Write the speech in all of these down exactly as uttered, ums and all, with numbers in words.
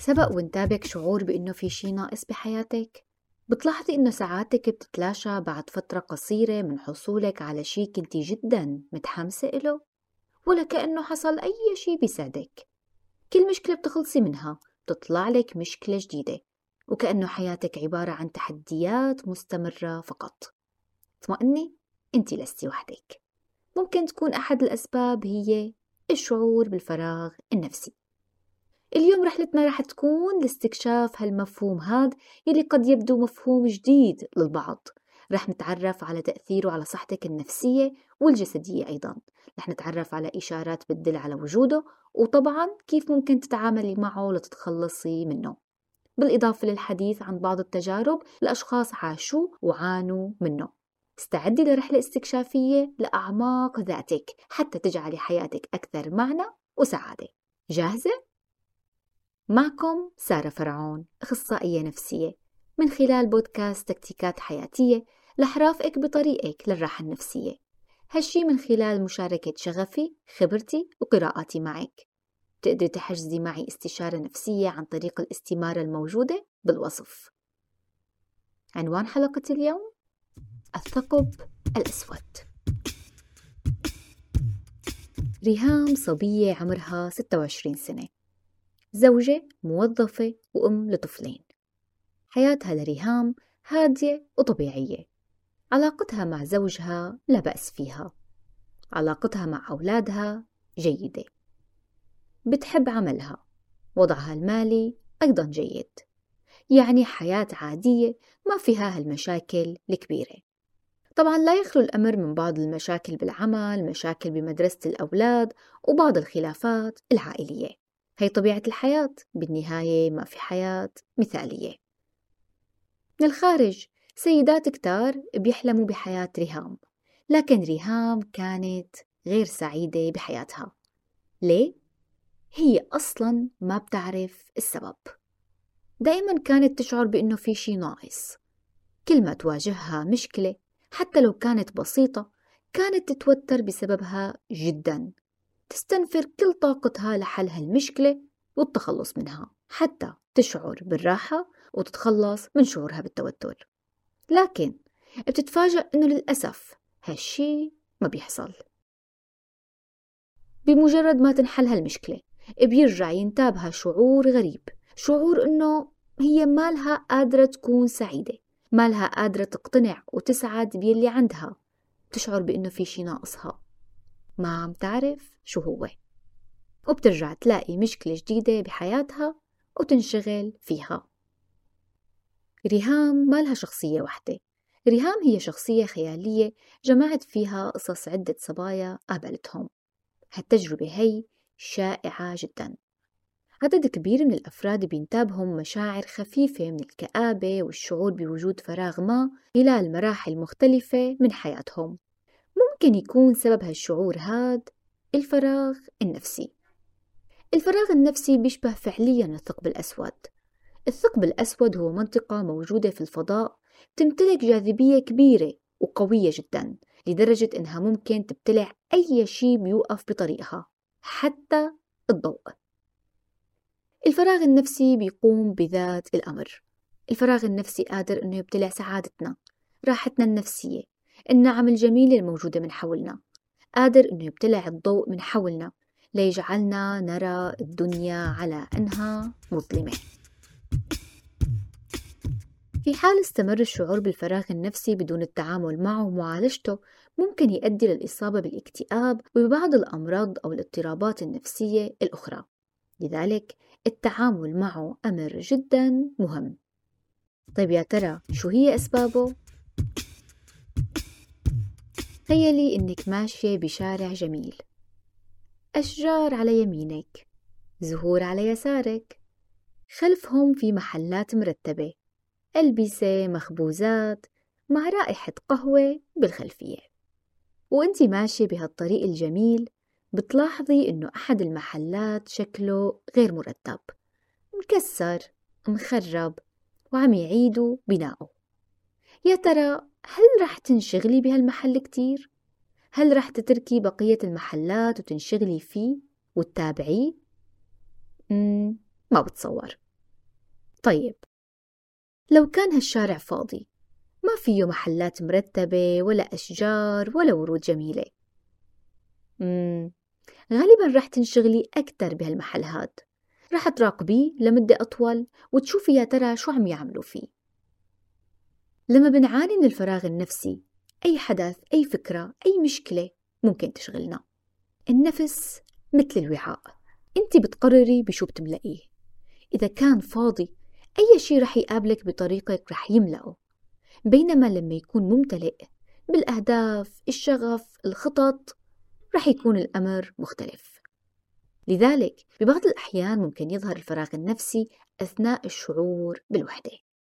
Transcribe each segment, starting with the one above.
سبق وانتابك شعور بأنه في شي ناقص بحياتك؟ بتلاحظي أنه ساعاتك بتتلاشى بعد فترة قصيرة من حصولك على شي كنتي جداً متحمسة إله؟ ولا كأنه حصل أي شي بيساعدك؟ كل مشكلة بتخلصي منها بتطلع لك مشكلة جديدة، وكأنه حياتك عبارة عن تحديات مستمرة فقط. اطمئني، انتي لستي وحدك. ممكن تكون أحد الأسباب هي الشعور بالفراغ النفسي. اليوم رحلتنا رح تكون لاستكشاف هالمفهوم هاد يلي قد يبدو مفهوم جديد للبعض. رح نتعرف على تأثيره على صحتك النفسية والجسدية أيضا. رح نتعرف على إشارات بتدل على وجوده، وطبعا كيف ممكن تتعاملي معه لتتخلصي منه، بالإضافة للحديث عن بعض التجارب لأشخاص عاشوا وعانوا منه. استعدي لرحلة استكشافية لأعماق ذاتك حتى تجعلي حياتك أكثر معنى وسعادة. جاهزة؟ معكم سارة فرعون، أخصائية نفسية، من خلال بودكاست تكتيكات حياتية رح رافقك بطريقك للراحة النفسية. هالشي من خلال مشاركة شغفي، خبرتي وقراءاتي معك. تقدري تحجزي معي استشارة نفسية عن طريق الاستمارة الموجودة بالوصف. عنوان حلقة اليوم: الثقب الأسود. ريهام صبية عمرها ستة وعشرين سنة، زوجة، موظفة، وأم لطفلين. حياتها لريهام هادية وطبيعية. علاقتها مع زوجها لا بأس فيها. علاقتها مع أولادها جيدة. بتحب عملها. وضعها المالي أيضا جيد. يعني حياة عادية ما فيها هالمشاكل الكبيرة. طبعا لا يخلو الأمر من بعض المشاكل بالعمل، مشاكل بمدرسة الأولاد، وبعض الخلافات العائلية. هي طبيعة الحياة، بالنهاية ما في حياة مثالية. من الخارج سيدات كتار بيحلموا بحياة ريهام، لكن ريهام كانت غير سعيدة بحياتها. ليه؟ هي أصلاً ما بتعرف السبب. دائماً كانت تشعر بأنه في شي ناقص. كل ما تواجهها مشكلة حتى لو كانت بسيطة كانت تتوتر بسببها جداً، تستنفر كل طاقتها لحل هالمشكلة والتخلص منها حتى تشعر بالراحة وتتخلص من شعورها بالتوتر. لكن بتتفاجأ إنه للأسف هالشي ما بيحصل. بمجرد ما تنحل هالمشكلة بيرجع ينتابها شعور غريب، شعور إنه هي مالها قادرة تكون سعيدة، مالها قادرة تقتنع وتسعد بيلي عندها. تشعر بإنه في شي ناقصها، ما عم تعرف شو هو، وبترجع تلاقي مشكلة جديدة بحياتها وتنشغل فيها. ريهام ما لها شخصية واحدة. ريهام هي شخصية خيالية جمعت فيها قصص عدة صبايا قابلتهم. هالتجربة هي شائعة جدا. عدد كبير من الأفراد بينتابهم مشاعر خفيفة من الكآبة والشعور بوجود فراغ ما خلال مراحل مختلفة من حياتهم. ممكن يكون سبب هالشعور هاد الفراغ النفسي. الفراغ النفسي بيشبه فعليا الثقب الأسود. الثقب الأسود هو منطقة موجودة في الفضاء تمتلك جاذبية كبيرة وقوية جدا، لدرجة إنها ممكن تبتلع أي شيء بيوقف بطريقها، حتى الضوء. الفراغ النفسي بيقوم بذات الأمر. الفراغ النفسي قادر إنه يبتلع سعادتنا، راحتنا النفسية، النعم الجميلة الموجودة من حولنا. قادر إنه يبتلع الضوء من حولنا ليجعلنا نرى الدنيا على أنها مظلمة. في حال استمر الشعور بالفراغ النفسي بدون التعامل معه ومعالجته، ممكن يؤدي للإصابة بالاكتئاب وببعض الأمراض أو الاضطرابات النفسية الأخرى. لذلك التعامل معه أمر جدا مهم. طيب يا ترى شو هي أسبابه؟ تخيلي إنك ماشية بشارع جميل، أشجار على يمينك، زهور على يسارك، خلفهم في محلات مرتبة، ألبسة، مخبوزات، مع رائحة قهوة بالخلفية. وانتي ماشية بهالطريق الجميل بتلاحظي إنه أحد المحلات شكله غير مرتب، مكسر، مخرب، وعم يعيدوا بناؤه. يا ترى هل رح تنشغلي بهالمحل كتير؟ هل رح تتركي بقية المحلات وتنشغلي فيه وتتابعيه؟ مم ما بتصور. طيب، لو كان هالشارع فاضي ما فيه محلات مرتبة ولا أشجار ولا ورود جميلة، مم. غالبا رح تنشغلي أكتر بهالمحل هاد، رح تراقبيه لمدة أطول وتشوفي يا ترى شو عم يعملوا فيه. لما بنعاني من الفراغ النفسي، أي حدث، أي فكرة، أي مشكلة ممكن تشغلنا. النفس مثل الوعاء، انت بتقرري بشو بتملئيه. إذا كان فاضي، أي شي رح يقابلك بطريقك رح يملأه، بينما لما يكون ممتلئ بالأهداف، الشغف، الخطط، رح يكون الأمر مختلف. لذلك ببعض الأحيان ممكن يظهر الفراغ النفسي أثناء الشعور بالوحدة.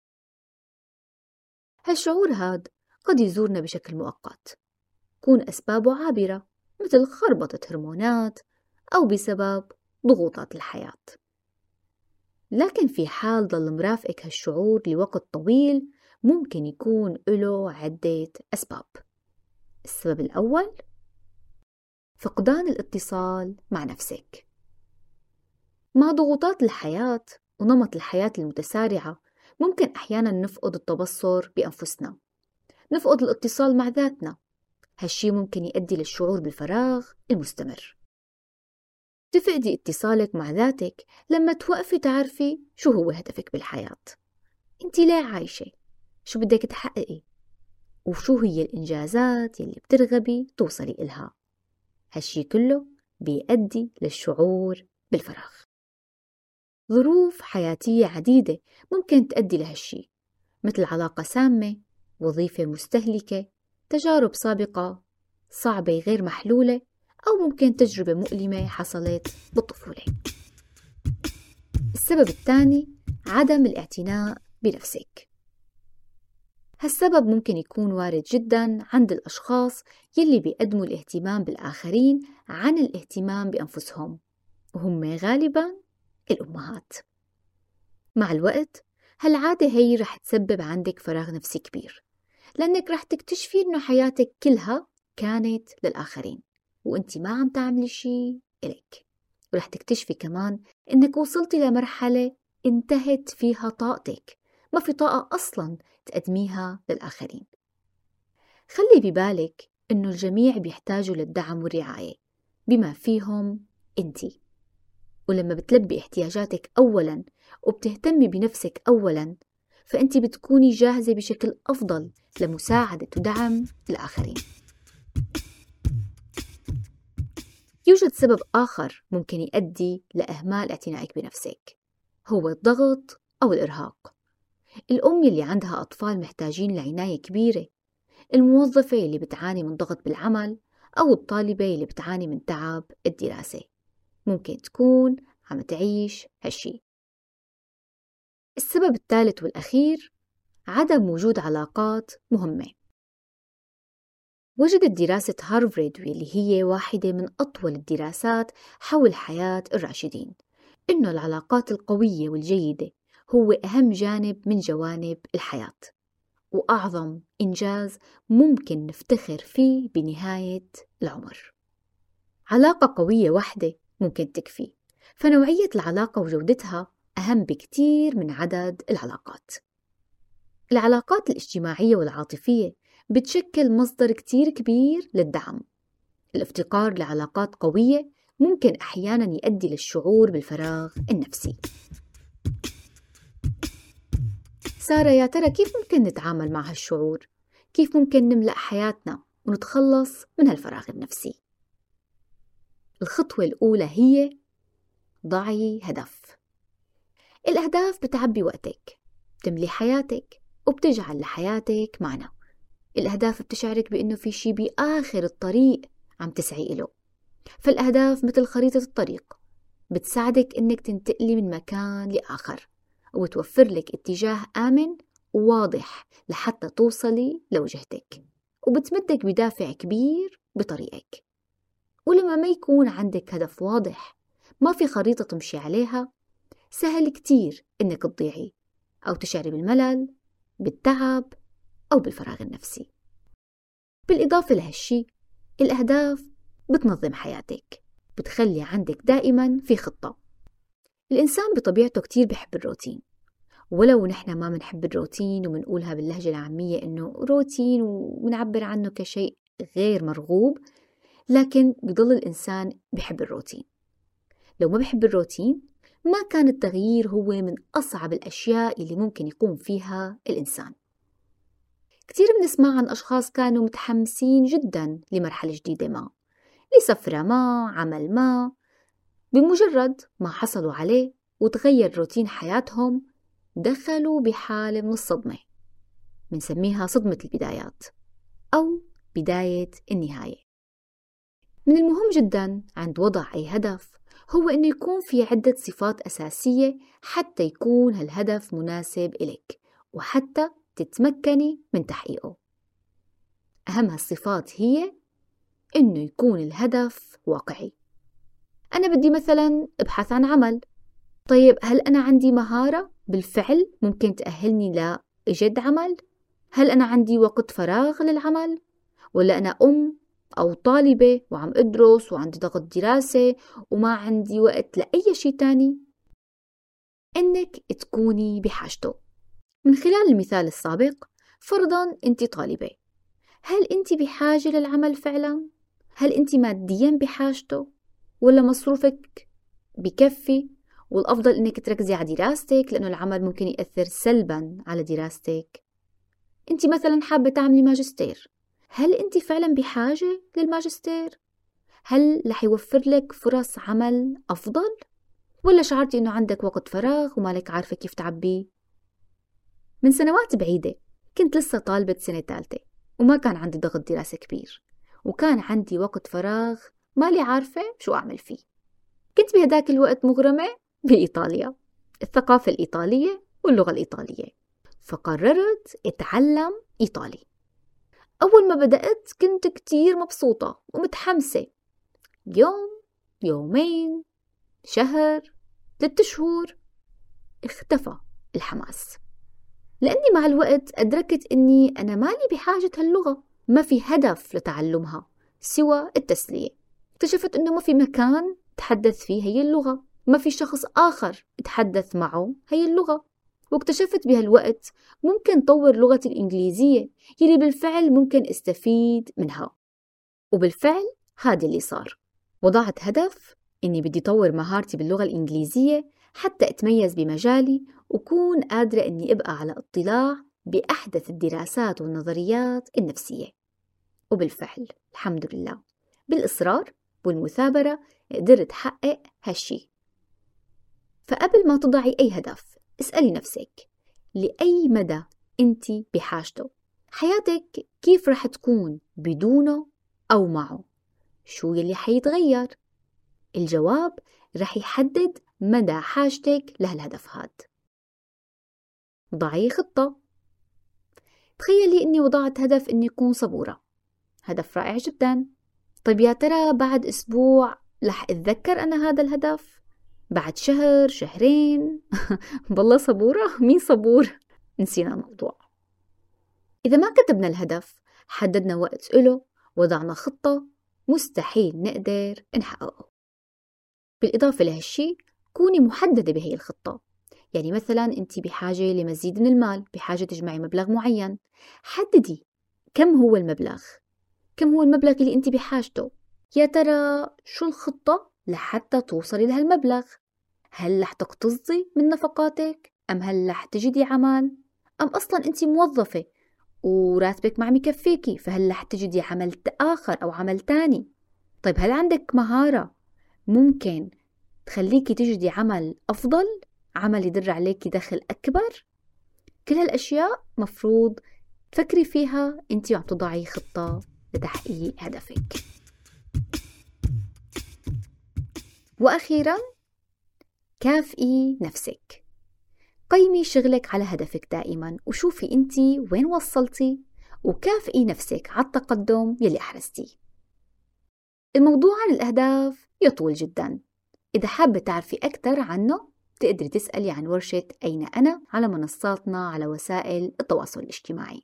هالشعور هاد قد يزورنا بشكل مؤقت، يكون أسبابه عابرة مثل خربطة هرمونات أو بسبب ضغوطات الحياة. لكن في حال ضل مرافقك هالشعور لوقت طويل، ممكن يكون له عدة أسباب. السبب الأول، فقدان الاتصال مع نفسك. مع ضغوطات الحياة ونمط الحياة المتسارعة، ممكن أحيانا نفقد التبصر بأنفسنا، نفقد الاتصال مع ذاتنا. هالشي ممكن يؤدي للشعور بالفراغ المستمر. تفقدي اتصالك مع ذاتك لما توقفي تعرفي شو هو هدفك بالحياة. انتي ليه عايشة؟ شو بدك تحققي؟ وشو هي الإنجازات يلي بترغبي توصلي إلها؟ هالشي كله بيؤدي للشعور بالفراغ. ظروف حياتية عديدة ممكن تؤدي لهالشي، مثل علاقة سامة، وظيفة مستهلكة، تجارب سابقة صعبة غير محلولة، أو ممكن تجربة مؤلمة حصلت بالطفولة. السبب الثاني، عدم الاعتناء بنفسك. هالسبب ممكن يكون وارد جدا عند الأشخاص يلي بيقدموا الاهتمام بالآخرين عن الاهتمام بأنفسهم، وهم غالبا الأمهات. مع الوقت هالعادة هي رح تسبب عندك فراغ نفسي كبير، لأنك رح تكتشفي إنه حياتك كلها كانت للآخرين وإنتِ ما عم تعملي شي إلك. ورح تكتشفي كمان إنك وصلتي لمرحلة انتهت فيها طاقتك، ما في طاقة أصلا تقدميها للآخرين. خلي ببالك إنه الجميع بيحتاجوا للدعم والرعاية بما فيهم إنتي. ولما بتلبي احتياجاتك أولا وبتهتمي بنفسك أولا، فأنت بتكوني جاهزة بشكل أفضل لمساعدة ودعم الآخرين. يوجد سبب آخر ممكن يؤدي لإهمال اعتنائك بنفسك، هو الضغط أو الإرهاق. الأم اللي عندها أطفال محتاجين لعناية كبيرة، الموظفة اللي بتعاني من ضغط بالعمل، أو الطالبة اللي بتعاني من تعب الدراسة، ممكن تكون عم تعيش هالشي. السبب الثالث والأخير، عدم وجود علاقات مهمة. وجدت دراسة هارفارد واللي هي واحدة من أطول الدراسات حول حياة الراشدين، إنه العلاقات القوية والجيدة هو أهم جانب من جوانب الحياة، وأعظم إنجاز ممكن نفتخر فيه بنهاية العمر. علاقة قوية واحدة ممكن تكفي، فنوعية العلاقة وجودتها أهم بكتير من عدد العلاقات. العلاقات الاجتماعية والعاطفية بتشكل مصدر كتير كبير للدعم. الافتقار لعلاقات قوية ممكن أحياناً يؤدي للشعور بالفراغ النفسي. سارة، يا ترى كيف ممكن نتعامل مع هالشعور؟ كيف ممكن نملأ حياتنا ونتخلص من هالفراغ النفسي؟ الخطوة الأولى هي ضعي هدف. الأهداف بتعبي وقتك، بتملي حياتك، وبتجعل لحياتك معنى. الأهداف بتشعرك بأنه في شي بآخر الطريق عم تسعي إله. فالأهداف مثل خريطة الطريق، بتساعدك إنك تنتقلي من مكان لآخر، وتوفر لك اتجاه آمن وواضح لحتى توصلي لوجهتك، وبتمدك بدافع كبير بطريقك. ولما ما يكون عندك هدف واضح، ما في خريطة تمشي عليها، سهل كتير إنك تضيعي أو تشعري بالملل، بالتعب، أو بالفراغ النفسي. بالإضافة لهالشي، الأهداف بتنظم حياتك، بتخلي عندك دائما في خطة. الإنسان بطبيعته كتير بحب الروتين، ولو نحن ما منحب الروتين ومنقولها باللهجة العامية إنه روتين ومنعبر عنه كشيء غير مرغوب، لكن بيضل الإنسان بيحب الروتين. لو ما بيحب الروتين ما كان التغيير هو من أصعب الأشياء اللي ممكن يقوم فيها الإنسان. كتير بنسمع عن أشخاص كانوا متحمسين جدا لمرحلة جديدة ما، لسفرة ما، عمل ما، بمجرد ما حصلوا عليه وتغير روتين حياتهم دخلوا بحالة من الصدمة، منسميها صدمة البدايات أو بداية النهاية. من المهم جدا عند وضع أي هدف هو أنه يكون في عدة صفات أساسية حتى يكون هالهدف مناسب إليك وحتى تتمكني من تحقيقه. أهم هالصفات هي أنه يكون الهدف واقعي. أنا بدي مثلا أبحث عن عمل، طيب هل أنا عندي مهارة بالفعل ممكن تأهلني لإيجاد عمل؟ هل أنا عندي وقت فراغ للعمل؟ ولا أنا أم أو طالبة وعم أدرس وعندي ضغط دراسة وما عندي وقت لأي شيء تاني؟ إنك تكوني بحاجته. من خلال المثال السابق، فرضاً أنت طالبة، هل أنت بحاجة للعمل فعلاً؟ هل أنت مادياً بحاجته؟ ولا مصروفك بكفي والأفضل أنك تركزي على دراستك لأنه العمل ممكن يأثر سلباً على دراستك؟ أنت مثلاً حابة تعملي ماجستير، هل أنت فعلاً بحاجة للماجستير؟ هل رح يوفر لك فرص عمل أفضل؟ ولا شعرتي أنه عندك وقت فراغ وما لك عارفة كيف تعبيه؟ من سنوات بعيدة كنت لسه طالبة سنة ثالثة وما كان عندي ضغط دراسة كبير وكان عندي وقت فراغ ما لي عارفة شو أعمل فيه. كنت بهداك الوقت مغرمة بإيطاليا، الثقافة الإيطالية واللغة الإيطالية، فقررت أتعلم إيطالي. أول ما بدأت كنت كتير مبسوطة ومتحمسة. يوم، يومين، شهر، ثلاثة شهور اختفى الحماس، لأني مع الوقت أدركت أني أنا مالي بحاجة هاللغة، ما في هدف لتعلمها سوى التسلية. اكتشفت أنه ما في مكان تحدث فيه هي اللغة، ما في شخص آخر أتحدث معه هي اللغة. واكتشفت بهالوقت ممكن طور لغتي الإنجليزية يلي بالفعل ممكن استفيد منها، وبالفعل هذا اللي صار. وضعت هدف إني بدي طور مهارتي باللغة الإنجليزية حتى أتميز بمجالي وكون قادرة إني أبقى على اطلاع بأحدث الدراسات والنظريات النفسية. وبالفعل الحمد لله بالإصرار والمثابرة قدرت أحقق هالشي. فقبل ما تضعي أي هدف اسألي نفسك لأي مدى أنت بحاجته؟ حياتك كيف رح تكون بدونه أو معه؟ شو يلي حيتغير؟ الجواب رح يحدد مدى حاجتك لهالهدف هاد. ضعي خطة. تخيلي أني وضعت هدف أني أكون صبورة، هدف رائع جدا. طيب يا ترى بعد أسبوع رح أتذكر أنا هذا الهدف؟ بعد شهر، شهرين؟ بالله صبورة؟ مين صبور؟ نسينا الموضوع. إذا ما كتبنا الهدف، حددنا وقت له، وضعنا خطة، مستحيل نقدر نحققه. بالإضافة لهالشي كوني محددة بهي الخطة. يعني مثلا أنت بحاجة لمزيد من المال، بحاجة تجمعي مبلغ معين، حددي كم هو المبلغ، كم هو المبلغ اللي أنت بحاجته. يا ترى شو الخطة لحتى توصلي لهالمبلغ؟ هل رح تقتصدي من نفقاتك؟ أم هل رح تجدي عمل؟ أم أصلا أنت موظفة وراتبك ما عم يكفيكي، فهل رح تجدي عمل آخر أو عمل تاني؟ طيب هل عندك مهارة ممكن تخليكي تجدي عمل أفضل، عمل يدر عليكي دخل أكبر؟ كل هالأشياء مفروض تفكري فيها أنت وعم تضعي خطة لتحقيق هدفك. وأخيراً كافئي نفسك. قيمي شغلك على هدفك دائماً وشوفي أنت وين وصلتي، وكافئي نفسك على التقدم يلي أحرزتيه. الموضوع عن الأهداف يطول جداً. إذا حابة تعرفي أكثر عنه تقدري تسألي عن ورشة أين أنا على منصاتنا على وسائل التواصل الاجتماعي.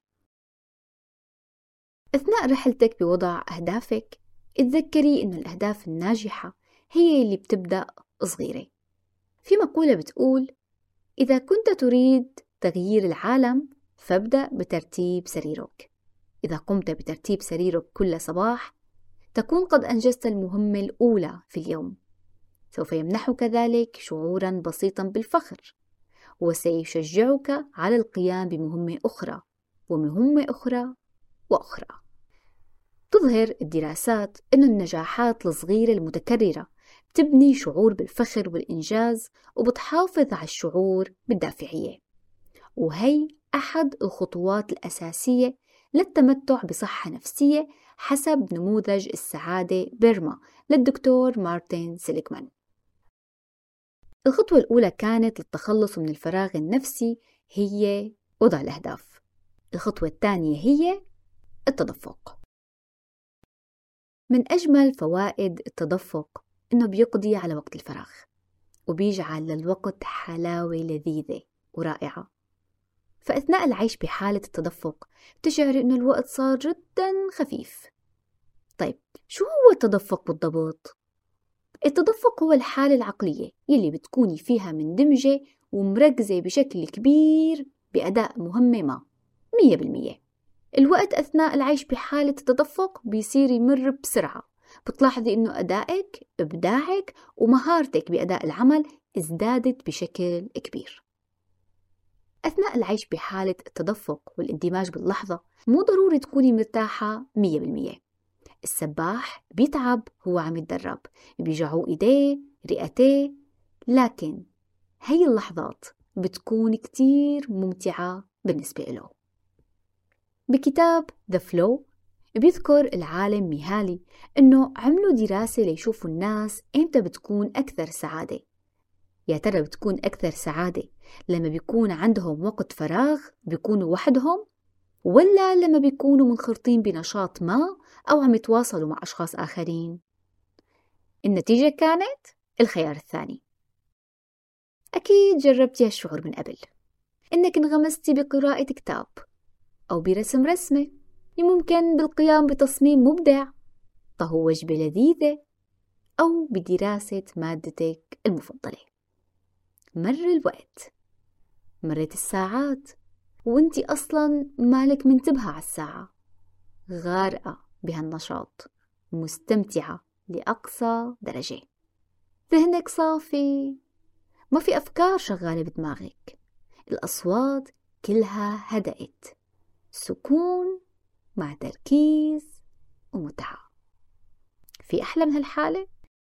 أثناء رحلتك بوضع أهدافك اتذكري إنه الأهداف الناجحة هي اللي بتبدأ صغيرة. في مقولة بتقول إذا كنت تريد تغيير العالم فابدأ بترتيب سريرك. إذا قمت بترتيب سريرك كل صباح تكون قد أنجزت المهمة الأولى في اليوم. سوف يمنحك ذلك شعوراً بسيطاً بالفخر، وسيشجعك على القيام بمهمة أخرى ومهمة أخرى وأخرى. تظهر الدراسات أن النجاحات الصغيرة المتكررة بتبني شعور بالفخر والإنجاز وبتحافظ على الشعور بالدافعية، وهي أحد الخطوات الأساسية للتمتع بصحة نفسية حسب نموذج السعادة بيرما للدكتور مارتن سيليغمان. الخطوة الأولى كانت للتخلص من الفراغ النفسي هي وضع الأهداف. الخطوة الثانية هي التدفق. من أجمل فوائد التدفق إنه بيقضي على وقت الفراغ وبيجعل للوقت حلاوة لذيذة ورائعة. فأثناء العيش بحالة التدفق بتشعر إنه الوقت صار جدا خفيف. طيب شو هو التدفق بالضبط؟ التدفق هو الحالة العقلية يلي بتكوني فيها مندمجة ومركزة بشكل كبير بأداء مهمة ما مية بالمية. الوقت أثناء العيش بحالة التدفق بيصير يمر بسرعة، بتلاحظي إنه أدائك، إبداعك ومهارتك بأداء العمل ازدادت بشكل كبير. أثناء العيش بحالة التدفق والاندماج باللحظة مو ضروري تكوني مرتاحة مية بالمية. السباح بيتعب هو عم يتدرب، بيجعوا إيديه رئتيه، لكن هي اللحظات بتكون كتير ممتعة بالنسبة له. بكتاب The Flow بيذكر العالم ميهالي إنه عملوا دراسة ليشوفوا الناس إمتى بتكون أكثر سعادة. يا ترى بتكون أكثر سعادة لما بيكون عندهم وقت فراغ بيكونوا وحدهم، ولا لما بيكونوا منخرطين بنشاط ما أو عم يتواصلوا مع أشخاص آخرين؟ النتيجة كانت الخيار الثاني. أكيد جربتي هالشعور من قبل، إنك انغمستي بقراءة كتاب أو برسم رسمة، ممكن بالقيام بتصميم مبدع، طهو وجبة لذيذة، أو بدراسة مادتك المفضلة. مر الوقت، مرت الساعات وانتي أصلاً مالك منتبهة على الساعة، غارقة بهالنشاط، مستمتعة لأقصى درجة. ذهنك صافي، ما في أفكار شغالة بدماغك، الأصوات كلها هدأت، سكون مع تركيز ومتعة. في أحلى من هالحالة؟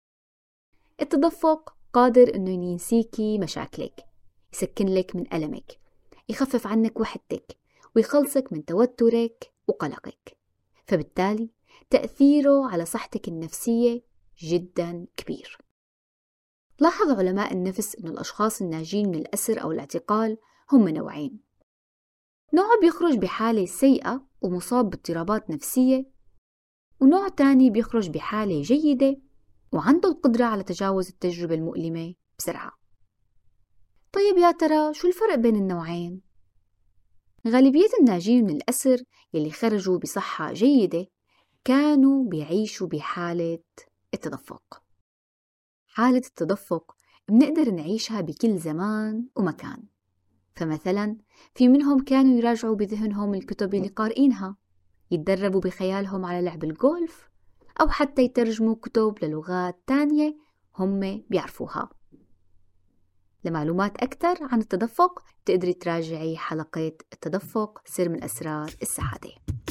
التدفق قادر إنه ينسيكي مشاكلك، يسكن لك من ألمك، يخفف عنك وحدتك، ويخلصك من توترك وقلقك. فبالتالي تأثيره على صحتك النفسية جدا كبير. لاحظ علماء النفس إن الأشخاص الناجين من الأسر أو الاعتقال هم نوعين: نوع بيخرج بحالة سيئة ومصاب باضطرابات نفسية، ونوع تاني بيخرج بحالة جيدة وعنده القدرة على تجاوز التجربة المؤلمة بسرعة. طيب يا ترى شو الفرق بين النوعين؟ غالبية الناجين من الأسر يلي خرجوا بصحة جيدة كانوا بيعيشوا بحالة التدفق. حالة التدفق بنقدر نعيشها بكل زمان ومكان. فمثلا في منهم كانوا يراجعوا بذهنهم الكتب اللي قارئينها، يتدربوا بخيالهم على لعب الجولف، أو حتى يترجموا كتب للغات تانية هم بيعرفوها. لمعلومات أكثر عن التدفق تقدري تراجعي حلقة التدفق سر من أسرار السعادة.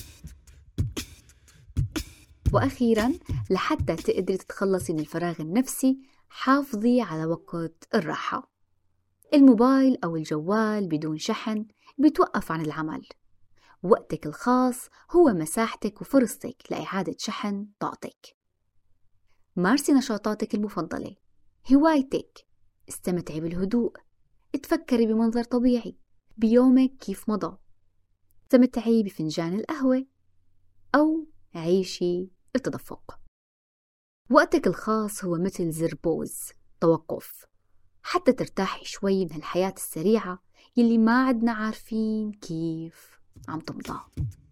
وأخيراً، لحتى تقدري تتخلصي من الفراغ النفسي حافظي على وقت الراحة. الموبايل أو الجوال بدون شحن بيتوقف عن العمل. وقتك الخاص هو مساحتك وفرصتك لإعادة شحن طاقتك. مارسي نشاطاتك المفضلة، هوايتك، استمتعي بالهدوء، اتفكري بمنظر طبيعي بيومك كيف مضى، استمتعي بفنجان القهوة، أو عيشي التدفق. وقتك الخاص هو مثل زر بوز، توقف، حتى ترتاحي شوي من الحياة السريعة يلي ما عدنا عارفين كيف عم تمضى.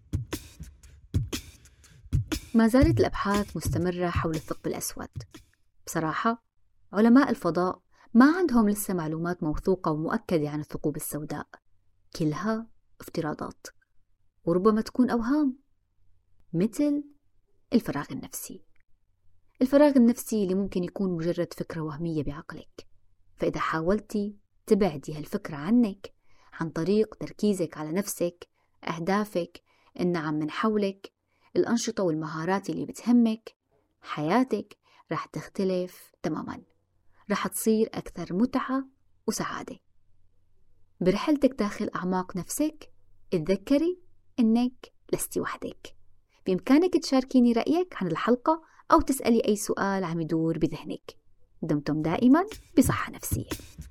ما زالت الأبحاث مستمرة حول الثقب الأسود. بصراحة علماء الفضاء ما عندهم لسه معلومات موثوقة ومؤكدة عن الثقوب السوداء، كلها افتراضات وربما تكون أوهام، مثل الفراغ النفسي. الفراغ النفسي اللي ممكن يكون مجرد فكرة وهمية بعقلك، فإذا حاولتي تبعدي هالفكرة عنك عن طريق تركيزك على نفسك، أهدافك، النعم من حولك، الأنشطة والمهارات اللي بتهمك، حياتك رح تختلف تماماً، رح تصير أكثر متعة وسعادة. برحلتك داخل أعماق نفسك اتذكري إنك لستي وحدك. بإمكانك تشاركيني رأيك عن الحلقة أو تسألي أي سؤال عم يدور بذهنك. دمتم دائما بصحة نفسية.